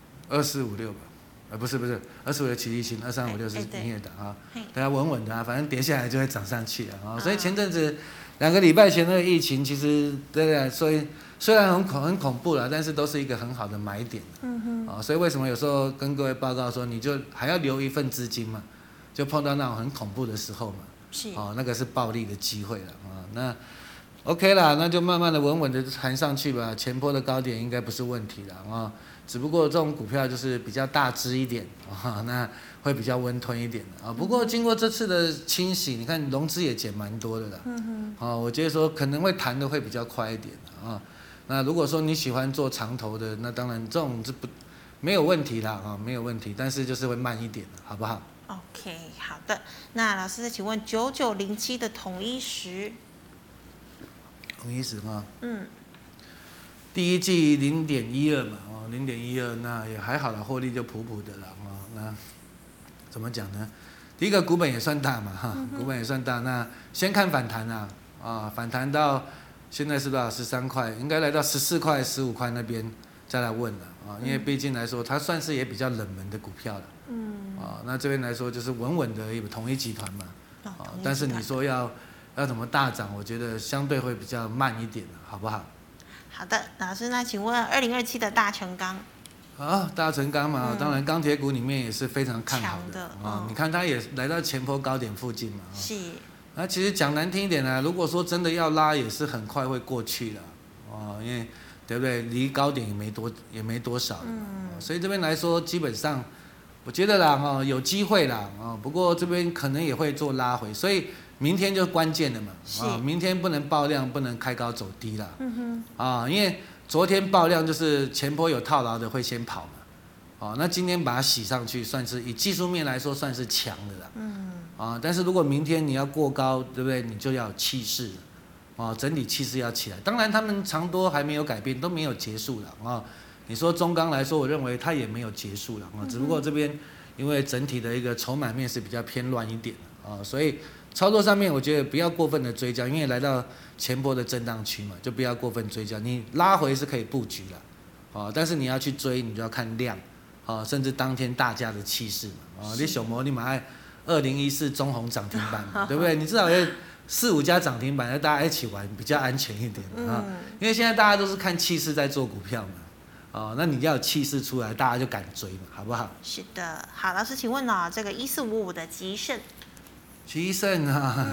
？2456吧。不是，25的奇力新，2356是英业达大家稳稳的反正跌下来就会涨上去所以前阵子2个礼拜前那个疫情，其实对，所以虽然很恐怖啦，但是都是一个很好的买点。所以为什么有时候跟各位报告说，你就还要留一份资金嘛，就碰到那种很恐怖的时候嘛。那个是暴利的机会了那 OK 啦，那就慢慢的稳稳的弹上去吧，前波的高点应该不是问题了只不过这种股票就是比较大只一点那会比较温吞一点的不过经过这次的清洗，你看融资也减蛮多的啦我觉得说可能会弹的会比较快一点那如果说你喜欢做长头的，那当然这种是没有问题啦没有问题，但是就是会慢一点，好不好 ？OK， 好的。那老师再请问9907的统一时。 统一时第一季0.12嘛0.12，那也还好啦，获利就普普的啦那怎么讲呢？第一个股本也算大嘛股本也算大。那先看反弹反弹到现在是多少？13块，应该来到14块、15块那边再来问了因为毕竟来说，它算是也比较冷门的股票了。那这边来说就是稳稳的统一集团嘛但是你说要怎么大涨，我觉得相对会比较慢一点，好不好？ 好的，老师，那请问2027的大成钢。 大成钢嘛，当然钢铁股里面也是非常看好的你看它也来到前波高点附近嘛是。 那其实讲难听一点如果说真的要拉，也是很快会过去了因为对不对？离高点也没多少所以这边来说，基本上我觉得啦有机会啦不过这边可能也会做拉回，所以明天就关键了嘛明天不能爆量，不能开高走低啦因为昨天爆量就是前波有套牢的会先跑嘛那今天把它洗上去，算是以技术面来说算是强的啦但是如果明天你要过高，对不对？你就要有气势整体气势要起来。当然他们长多还没有改变，都没有结束了你说中钢来说，我认为它也没有结束了只不过这边因为整体的一个筹码面是比较偏乱一点所以操作上面我觉得不要过分的追加，因为来到前波的震荡区嘛，就不要过分追加。你拉回是可以布局了但是你要去追，你就要看量甚至当天大家的气势嘛你小摩你买2014中红涨停板嘛对不对？你至少要4、5家涨停板，要大家一起玩比较安全一点因为现在大家都是看气势在做股票嘛那你要有气势出来，大家就敢追嘛，好不好？ 是的。好，老师请问这个1455的吉盛。 吉盛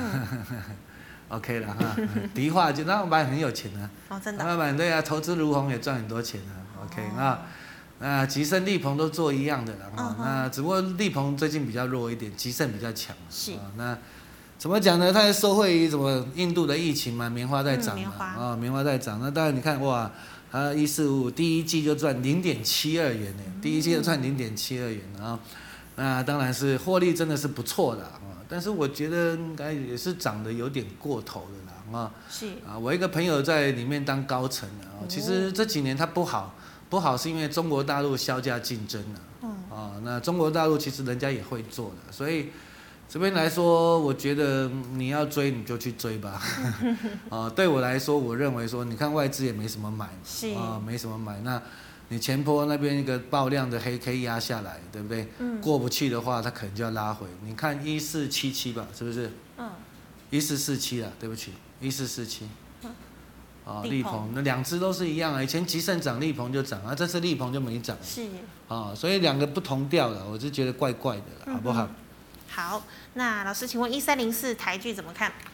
OK 了迪化就那老板很有钱真的。 老板对投资如虹也赚很多钱OK 那吉盛、力鹏都做一样的啦那只不过力鹏最近比较弱一点，吉盛比较强是那怎么讲呢？它也受惠于什么印度的疫情嘛，棉花在涨嘛棉花在涨。那当然你看哇，它1455第一季就赚0.72元第一季就赚0.72元那当然是获利真的是不错的但是我觉得应该也是涨得有点过头了啦是我一个朋友在里面当高层其实这几年他不好是因为中国大陆削价竞争那中国大陆其实人家也会做的，所以这边来说，我觉得你要追你就去追吧对我来说，我认为说，你看外资也没什么买没什么买，那你前波那边一个爆量的黑 K 压下来，对不对？过不去的话，它可能就要拉回。你看1477吧，是不是？1447对不起，1447。力鹏那2只都是一样以前吉盛涨，力鹏就涨这次力鹏就没涨。 是所以2个不同调了，我就觉得怪怪的好不好？ 好，那老师，请问1304台剧怎么看？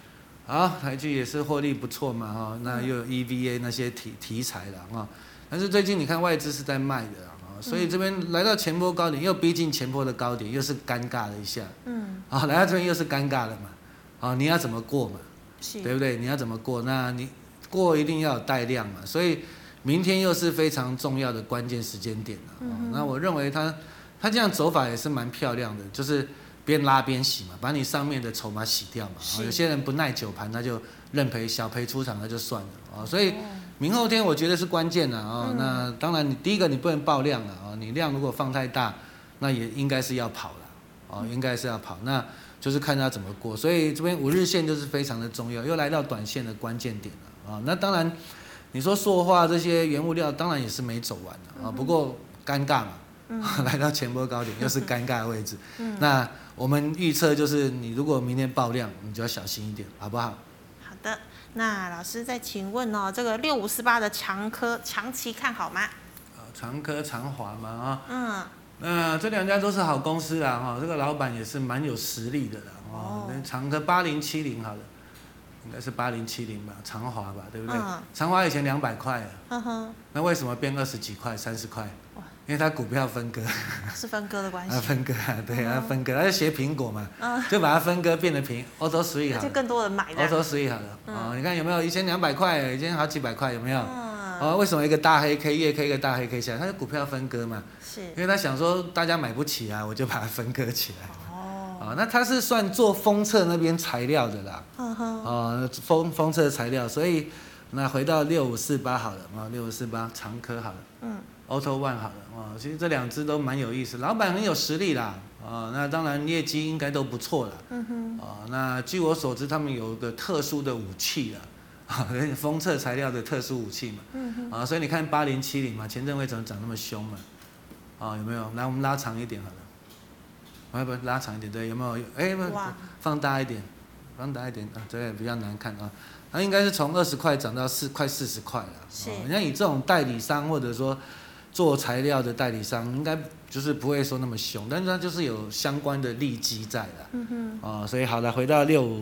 好，台积也是获利不错嘛哈，那又有 EVA 那些题材了啊，但是最近你看外资是在卖的啊，所以这边来到前波高点，又逼近前波的高点，又是尴尬了一下，啊，来到这边又是尴尬了嘛，啊，你要怎么过嘛，对不对？你要怎么过？那你过一定要有带量嘛，所以明天又是非常重要的关键时间点了啊，那我认为它这样走法也是蛮漂亮的，就是边拉边洗嘛，把你上面的筹码洗掉嘛。有些人不耐久盘，他就认赔小赔出场，那就算了啊。所以明后天我觉得是关键的啊。那当然，你第一个你不能爆量了啊，你量如果放太大，那也应该是要跑了啊，应该是要跑。那就是看他怎么过。所以这边5日线就是非常的重要，又来到短线的关键点了啊。那当然，你说塑化这些原物料当然也是没走完的啊，不过尴尬嘛。来到前波高点又是尴尬的位置，那我们预测就是你如果明天爆量，你就要小心一点，好不好？ 好的，那老师再请问哦，这个6548的长科长期看好吗？ 长科长华嘛那这2家都是好公司啦哈，这个老板也是蛮有实力的啦哦。长科8070好了，应该是8070吧，长华吧，对不对？长华以前200块那为什么变20几块、30块？因为它股票分割， 是分割的关系。 分割对分割，它就学苹果嘛，就把它分割变得平 ，auto switch 好了， 就更多人买的。 auto switch 好了，你看有没有以前200块，以前好几百块，有没有？为什么一个大黑 K 月 K 一个大黑 K 下来？它是股票分割嘛， 是， 因为他想说大家买不起啊，我就把它分割起来。那它是算做封测那边材料的啦，封测材料，所以那回到6548好了6548长科好了，Auto One 好了其实这2只都蛮有意思，老板很有实力啦那当然业绩应该都不错啦，那据我所知他们有一个特殊的武器啦，封测材料的特殊武器嘛，所以你看8070嘛，前阵为什么涨那么凶嘛，有没有？来我们拉长一点好了。不拉长一点，对，有没有？放大一点，这个比较难看啊。它应该是从20块涨到快40块了。是。你看以这种代理商或者说做材料的代理商，应该就是不会说那么凶，但是它就是有相关的利基在的。所以好了，回到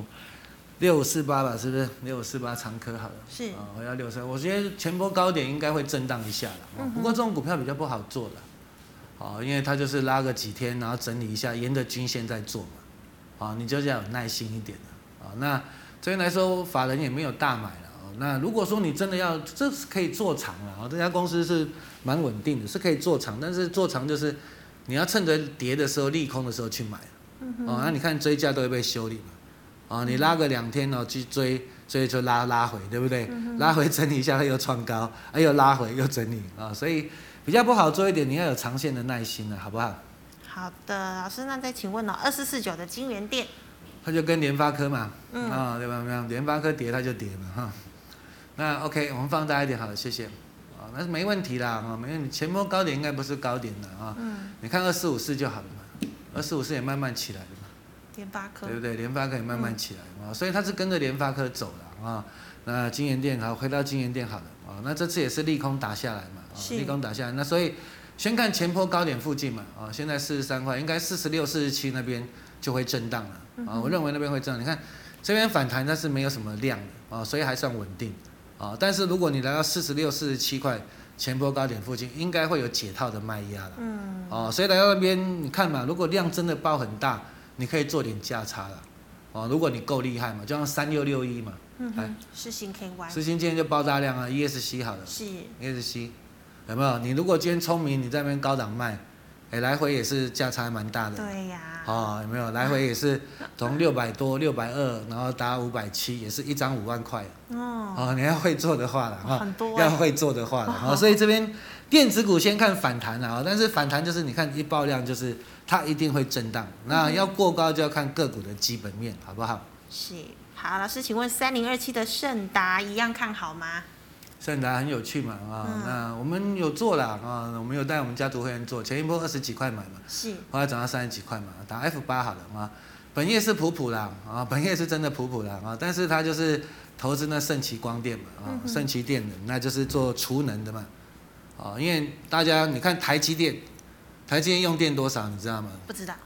6548吧，是不是？6548长科好了。是。回到6548，我觉得前波高点应该会震荡一下了。不过这种股票比较不好做了。因为它就是拉个几天，然后整理一下，沿着均线在做嘛，你就是要有耐心一点的那这边来说，法人也没有大买了那如果说你真的要，这是可以做长了这家公司是蛮稳定的，是可以做长，但是做长就是你要趁着跌的时候、利空的时候去买那你看追价都会被修理嘛你拉个2天去追就拉回，对不对？拉回整理一下又创高，又拉回又整理所以。比较不好做一点，你要有长线的耐心了，好不好？ 好的，老师，那再请问2449的金源店， 它就跟联发科嘛，对吧？联发科跌它就跌嘛，那 OK， 我们放大一点好了，谢谢。那是没问题啦，没问题。前波高点应该不是高点的你看2454就好了嘛，2454也慢慢起来了嘛。 联发科， 对不对？联发科也慢慢起来了所以它是跟着联发科走了那金源店好，回到金源店好了那这次也是利空打下来嘛。利空打下来，那所以先看前波高点附近嘛，现在43块，应该46、47那边就会震荡了，我认为那边会震荡。你看这边反弹，但是没有什么量的，所以还算稳定，但是如果你来到46、47块前波高点附近，应该会有解套的卖压了，所以来到那边你看嘛，如果量真的爆很大，你可以做点价差了，如果你够厉害嘛，就像3661嘛， 世新 KY， 世新今天就爆大量ESC 好了， 是 ESC。有没有？你如果今天聪明，你在那边高档卖，来回也是价差蛮大的。 对呀。 有没有？来回也是从600多、620，然后达570，也是一张5万块。你要会做的话了很多。 要会做的话了所以这边电子股先看反弹但是反弹就是你看一爆量，就是它一定会震荡。那要过高就要看个股的基本面，好不好？ 是。好，老师，请问3027的盛达一样看好吗？ 盛达很有趣嘛那我们有做啦我们有带我们家族会员做，前一波20几块买嘛，是，后来涨到30几块嘛，打 F8好了本业是普普啦本业是真的普普啦但是它就是投资那盛奇光电嘛盛奇电能，那就是做储能的嘛因为大家你看台积电用电多少你知道吗？ 不知道。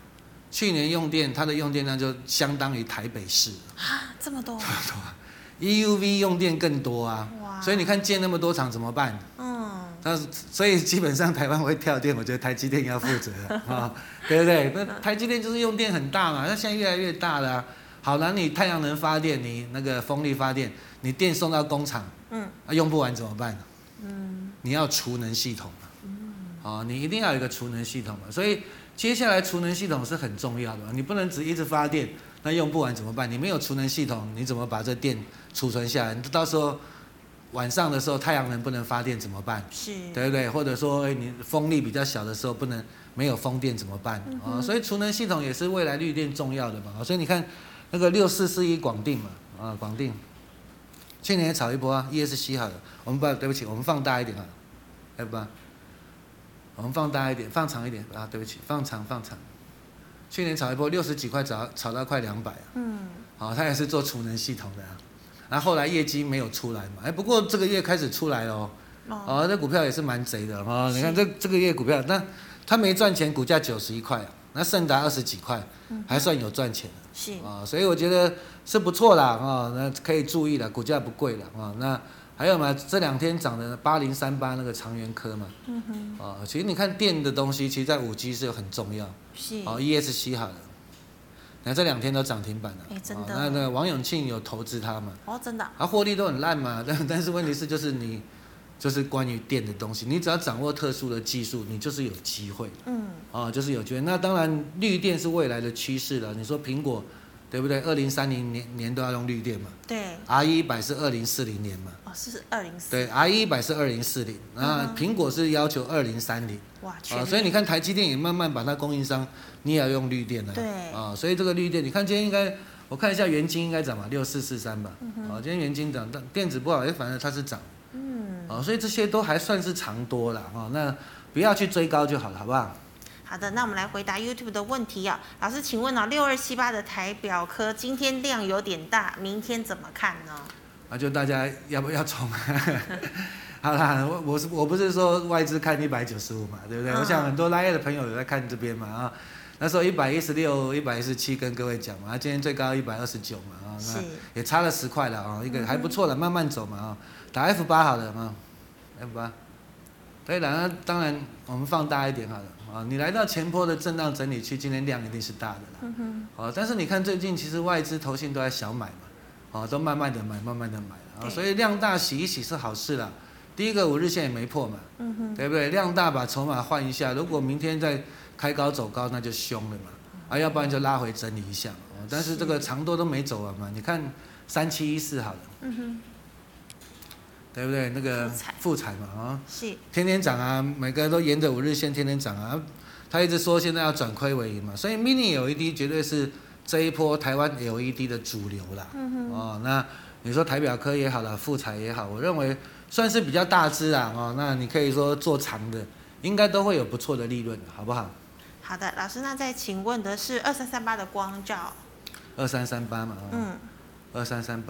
去年用电它的用电量就相当于台北市啊，这么多， 这么多，EUV 用电更多啊，所以你看建那么多厂怎么办？所以基本上台湾会跳电，我觉得台积电要负责啊，对不对？那台积电就是用电很大嘛，那现在越来越大了啊。好了，你太阳能发电，你那个风力发电，你电送到工厂，用不完怎么办？你要储能系统嘛，你一定要有一个储能系统嘛。所以接下来储能系统是很重要的，你不能只一直发电，那用不完怎么办？你没有储能系统，你怎么把这电储存下来？你到时候晚上的时候太阳能不能发电怎么办？ 是， 对不对？或者说你风力比较小的时候不能没有风电怎么办？所以储能系统也是未来绿电重要的嘛。所以你看那个6441广定嘛，广定去年也炒一波啊，ESC 好了，我们对不起，我们放大一点啊，要不然我们放大一点，放长一点啊，对不起，放长。去年炒一波60几块炒到快200啊，他也是做储能系统的啊。然后后来业绩没有出来嘛，不过这个月开始出来了这股票也是蛮贼的你看这个月股票，那它没赚钱，股价91块那盛达20几块，还算有赚钱是所以我觉得是不错啦那可以注意了，股价不贵了那还有嘛，这2天涨的8038那个长源科嘛，其实你看电的东西，其实在5G 是很重要， 是 ESC 好了。那这2天都涨停板了， 真的。 那王永庆有投资它嘛？ 真的。 他获利都很烂嘛，但是问题是就是你就是关于电的东西，你只要掌握特殊的技术，你就是有机会。就是有机会。那当然绿电是未来的趋势了。你说苹果对不对？2030年都要用绿电嘛？ 对。 RE100是2040年嘛？ 是2040。 对，RE100是2040，那苹果是要求2030。 哇， 所以你看台积电也慢慢把它供应商，你也要用绿电了。 对。 所以这个绿电，你看今天应该，我看一下元晶应该涨嘛，6443吧。今天元晶涨，但电子不好，反正它是涨。所以这些都还算是长多了那不要去追高就好了，好不好？ 好的，那我们来回答 YouTube 的问题老师，请问6278的台表科今天量有点大，明天怎么看呢？ 就大家要不要冲？好啦，我不是说外资看195嘛，对不对？我想很多LINE的朋友有在看这边嘛那时候116、117跟各位讲嘛，今天最高129嘛那也差了10块了一个还不错了，慢慢走嘛打 F8 好了F8。对了，那当然我们放大一点好了你来到前波的震荡整理区，今天量一定是大的啦。但是你看最近其实外资投信都在小买嘛都慢慢的买所以量大洗一洗是好事啦。第一个5日线也没破嘛对不对？量大把筹码换一下，如果明天再开高走高那就凶了嘛要不然就拉回整理一下但是这个长多都没走完嘛，你看3714好了对不对？那个富彩嘛是天天涨每个人都沿着5日线天天涨他一直说现在要转亏为盈嘛，所以 Mini LED 绝对是这一波台湾 LED 的主流啦那你说台表科也好啦，富彩也好，我认为算是比较大只那你可以说做长的，应该都会有不错的利润，好不好？ 好的，老师，那再请问的是2338的光照 ，2338嘛2338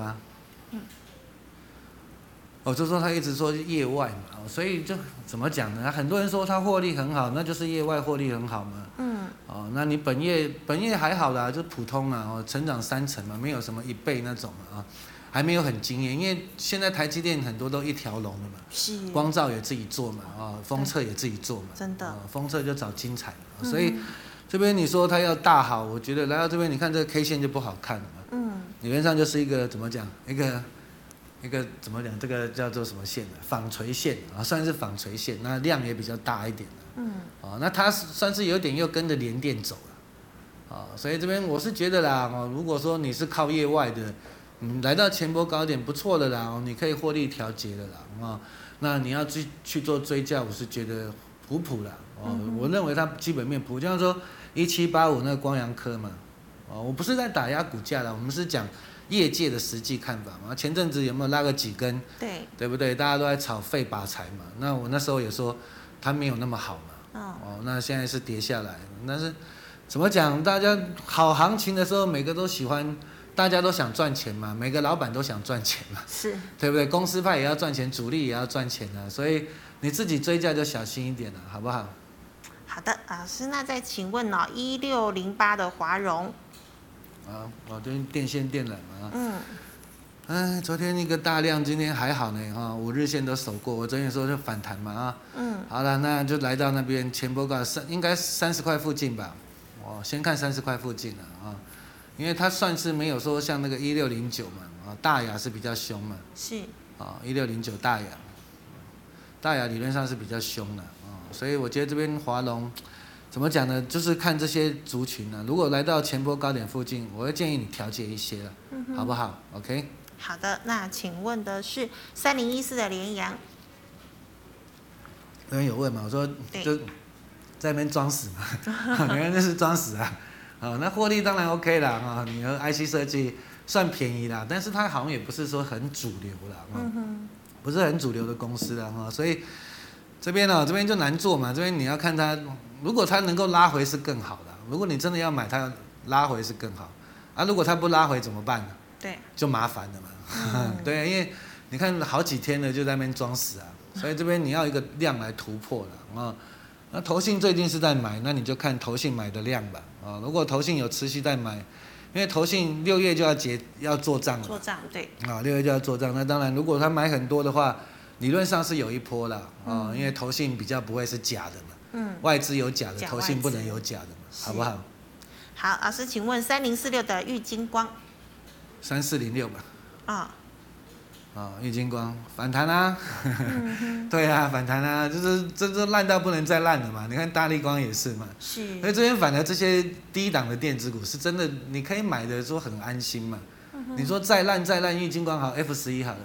就说他一直说业外嘛所以就怎么讲呢？很多人说他获利很好，那就是业外获利很好嘛那你本业还好啦，就普通成长3成嘛，没有什么1倍那种还没有很惊艳，因为现在台积电很多都一条龙的嘛， 是光照也自己做嘛封测也自己做嘛， 真的封测就找精彩嘛所以这边你说它要大好，我觉得来到这边你看这个 K 线就不好看了嘛理论上就是一个怎么讲一个怎么讲，这个叫做什么线纺锤线算是纺锤线，那量也比较大一点那它算是有点又跟着联电走了所以这边我是觉得啦如果说你是靠业外的，来到前波高点不错的啦你可以获利调节的啦那你要去做追价，我是觉得普啦我认为它基本面普，就像说1785那个光阳科嘛我不是在打压股价啦，我们是讲业界的实际看法嘛，前阵子有没有拉个几根？对不对？大家都在炒废拔财嘛。那我那时候也说它没有那么好嘛。那现在是跌下来，但是怎么讲？大家好行情的时候，每个都喜欢，大家都想赚钱嘛，每个老板都想赚钱嘛， 是， 对不对？公司派也要赚钱，主力也要赚钱所以你自己追价就小心一点了，好不好？ 好的，老师，那再请问哦，1608的华荣。 最近电线电缆嘛。昨天一个大量，今天还好呢，5日线都守过。我昨天说就反弹嘛好了，那就来到那边前波高应该30块附近吧。先看30块附近了因为它算是没有说像那个1609嘛大亚是比较凶嘛。 是。 1609大亚理论上是比较凶的所以我觉得这边华龙怎么讲呢？就是看这些族群如果来到前波高点附近，我会建议你调节一些了，好不好 ？OK。 好的，那请问的是3014的联阳。 有人有问嘛？我说就在那边装死嘛，原来那是装死啊。那获利当然 OK 啦你和 IC 设计算便宜啦，但是它好像也不是说很主流啦不是很主流的公司啦所以这边就难做嘛。这边你要看它，如果它能够拉回是更好的。如果你真的要买它拉回是更好如果它不拉回怎么办呢？ 对， 就麻烦了嘛。对，因为你看好几天了就在那边装死所以这边你要一个量来突破了那投信最近是在买，那你就看投信买的量吧如果投信有持续在买，因为投信6月就要做账了。 做账对。 6月就要做账，那当然如果他买很多的话，理论上是有一波啦因为投信比较不会是假的嘛。外资有假的，投信不能有假的嘛，好不好？ 好，老师，请问3046的玉晶光。 3406吧。玉晶光反弹对反弹就是这烂到不能再烂了嘛。你看大立光也是嘛。 是。 所以这边反而这些低档的电子股是真的，你可以买的说很安心嘛。你说再烂，玉晶光好 ，F11好了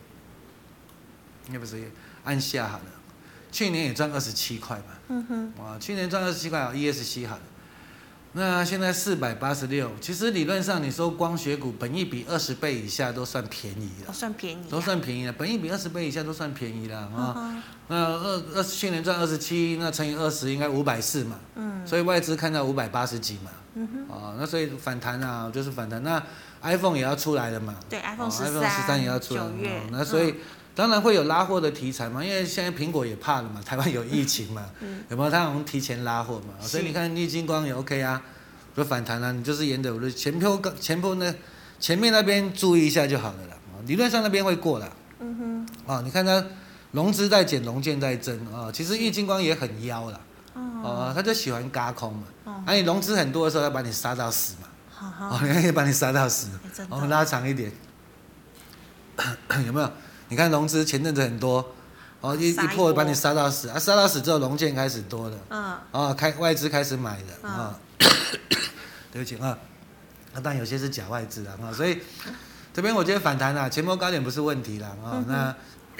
，F11按下好了，去年也赚27块嘛。去年赚27块好 ，ESC 好了。那现在486，其实理论上你说光学股本益比20倍以下都算便宜了，都算便宜了，本益比20倍以下都算便宜了那去年赚27，那乘以20应该540嘛，所以外资看到580几嘛，那所以反弹就是反弹。那 iPhone 也要出来了嘛， 对 ，iPhone 13也要出来了那所以。当然会有拉货的题材嘛，因为现在苹果也怕了嘛，台湾有疫情嘛，有没有？他好像提前拉货嘛，所以你看玉晶光也 OK 就反弹你就是沿着我的前坡呢，前面那边注意一下就好了啦，理论上那边会过了。你看它融资在减，融券在增其实玉晶光也很妖啦，他就喜欢轧空嘛，你融资很多的时候要把你杀到死嘛，可以把你杀到死，我们拉长一点，有没有？你看融资前阵子很多，一破把你杀到死杀到死之后融券开始多了，外资开始买的对不起但有些是假外资所以这边我觉得反弹前波高点不是问题啦那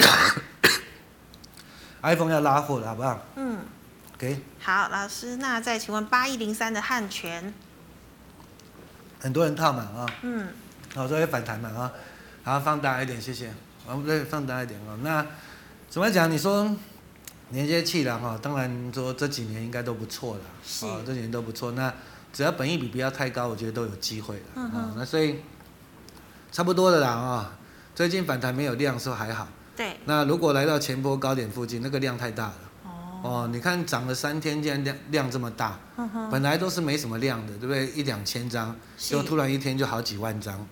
iPhone 要拉货了好不好？OK。 好，老师，那再请问8103的汉泉。 很多人套嘛所以反弹嘛好，放大一点，谢谢。再放大一点那怎么讲？你说连接器啦当然说这几年应该都不错了这几年都不错。那只要本益比不要太高，我觉得都有机会了那所以差不多的啦最近反弹没有量是还好。 对。 那如果来到前波高点附近，那个量太大了你看涨了3天，竟然量这么大本来都是没什么量的，对不对？1、2千张，就突然一天就好几万张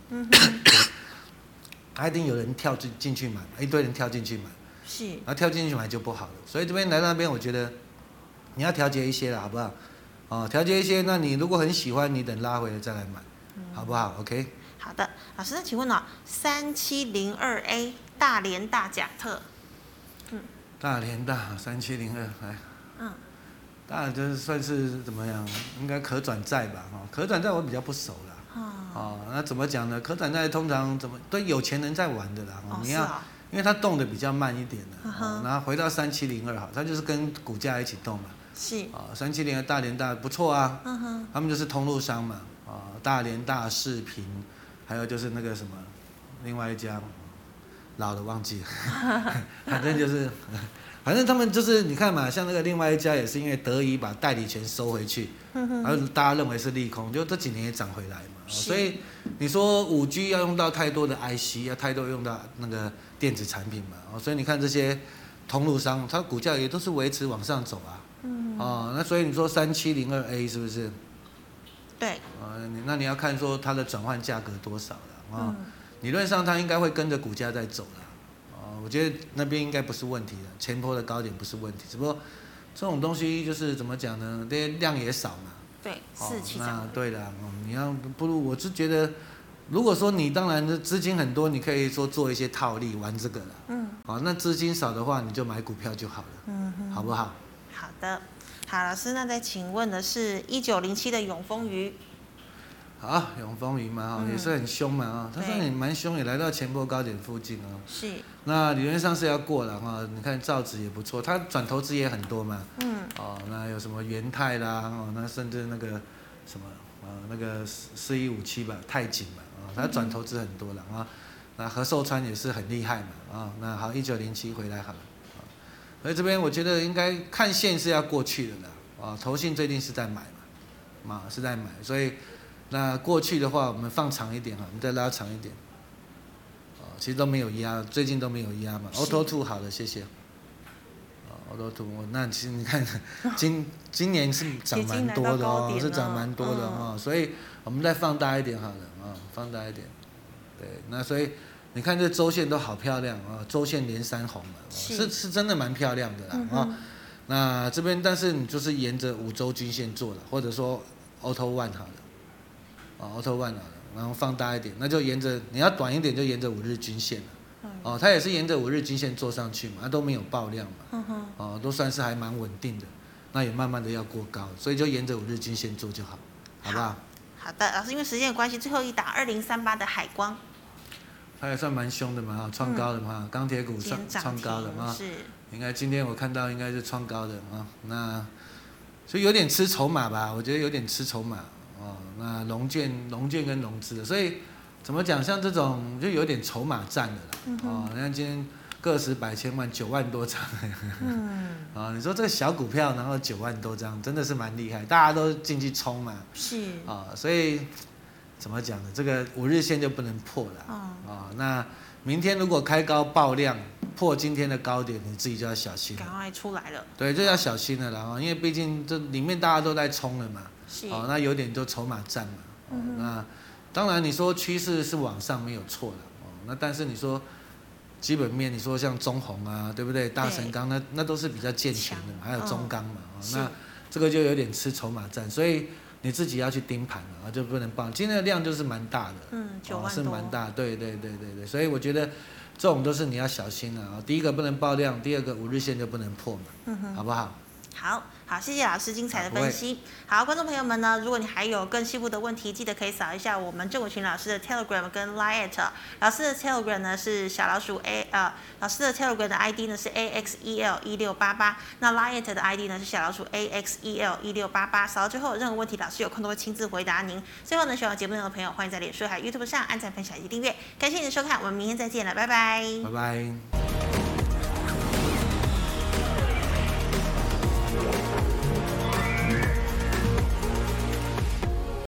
一定有人跳进去买，一堆人跳进去买，然后跳进去买就不好了。所以这边来到那边，我觉得你要调节一些了，好不好？调节一些，那你如果很喜欢，你等拉回来再来买，好不好 ？OK。 好的，老师，那请问3702A 大连大甲特。 大连大3702来。当然就是算是怎么样，应该可转债吧可转债我比较不熟啦。那怎么讲呢？可转债通常对有钱人在玩的啦你要因为它动的比较慢一点的然后回到3702好，它就是跟股价一起动嘛。3702大连大不错他们就是通路商嘛大连大视频，还有就是那个什么另外一家老的忘记了反正就是反正他们就是你看嘛，像那个另外一家也是因为德仪把代理权收回去然后大家认为是利空，就这几年也涨回来嘛所以你说5G 要用到太多的 IC， 要太多用到那个电子产品嘛所以你看这些通路商，它股价也都是维持往上走那所以你说3702A 是不是？ 对。 那你要看说它的转换价格多少了理论上它应该会跟着股价在走了我觉得那边应该不是问题的，前波的高点不是问题，只不过这种东西就是怎么讲呢？这些量也少嘛。 对，4期涨。 那对了，你要不如我是觉得，如果说你当然的资金很多，你可以说做一些套利玩这个了。那资金少的话，你就买股票就好了。好不好？ 好的。好，老师，那再请问的是1907的永丰余。 好，永丰余嘛也是很凶嘛它算也蛮凶，也来到前波高点附近是。 那理论上是要过了你看造纸也不错，它转投资也很多嘛。那有什么元泰啦那甚至那个什么那个4157吧，泰景嘛它转投资很多了那和寿川也是很厉害嘛那好，1907回来好了所以这边我觉得应该看线是要过去的啦投信最近是在买嘛是在买，所以。那过去的话，我们放长一点我们再拉长一点。其实都没有压，最近都没有压嘛。Auto Two 好了，谢谢。Auto Two， 那其实你看，今年是涨蛮多的是涨蛮多的所以我们再放大一点好了放大一点。对，那所以你看这周线都好漂亮周线连3红了，是真的蛮漂亮的啦那这边但是你就是沿着5周均线做了，或者说 Auto One 好了。Auto One 好了，然后放大一点，那就沿着你要短一点就沿着5日均线了。它也是沿着5日均线做上去嘛，它都没有爆量嘛。都算是还蛮稳定的，那也慢慢的要过高，所以就沿着5日均线做就好，好不好？ 好的，老师，因为时间的关系，最后一档2038的海光， 它也算蛮凶的嘛，创高的嘛，钢铁股创高的嘛，应该今天我看到应该是创高的那所以有点吃筹码吧，我觉得有点吃筹码。那龙券跟融资的，所以怎么讲？像这种就有点筹码战的啦。你看今天个十百千万9万多张。你说这个小股票，然后9万多张，真的是蛮厉害，大家都进去冲嘛。 是。 所以怎么讲呢？这个5日线就不能破了。那明天如果开高爆量破今天的高点，你自己就要小心了。 赶快出来了。 对，就要小心了啦。因为毕竟这里面大家都在冲了嘛。那有点就筹码战嘛那当然你说趋势是往上没有错的那但是你说基本面，你说像中红对不对？大成钢那都是比较健全的嘛，还有中钢嘛那这个就有点吃筹码战，所以你自己要去盯盘就不能爆。今天的量就是蛮大的 9万多是蛮大，对，所以我觉得这种都是你要小心第一个不能爆量，第二个5日线就不能破嘛好不好？ 好，谢谢老师精彩的分析。好，观众朋友们呢，如果你还有更细部的问题，记得可以扫一下我们郑伟群老师的 Telegram 跟 Line。老师的 Telegram 呢是小老鼠老师的 Telegram 的 ID 呢是 AXEL1688，那 Line 的 ID 呢是小老鼠AXEL1688。扫到最后，任何问题老师有空都会亲自回答您。最后呢，喜欢节目内容的朋友，欢迎在脸书还有 YouTube 上按赞、分享以及订阅。感谢你的收看，我们明天再见了，拜拜。 拜拜。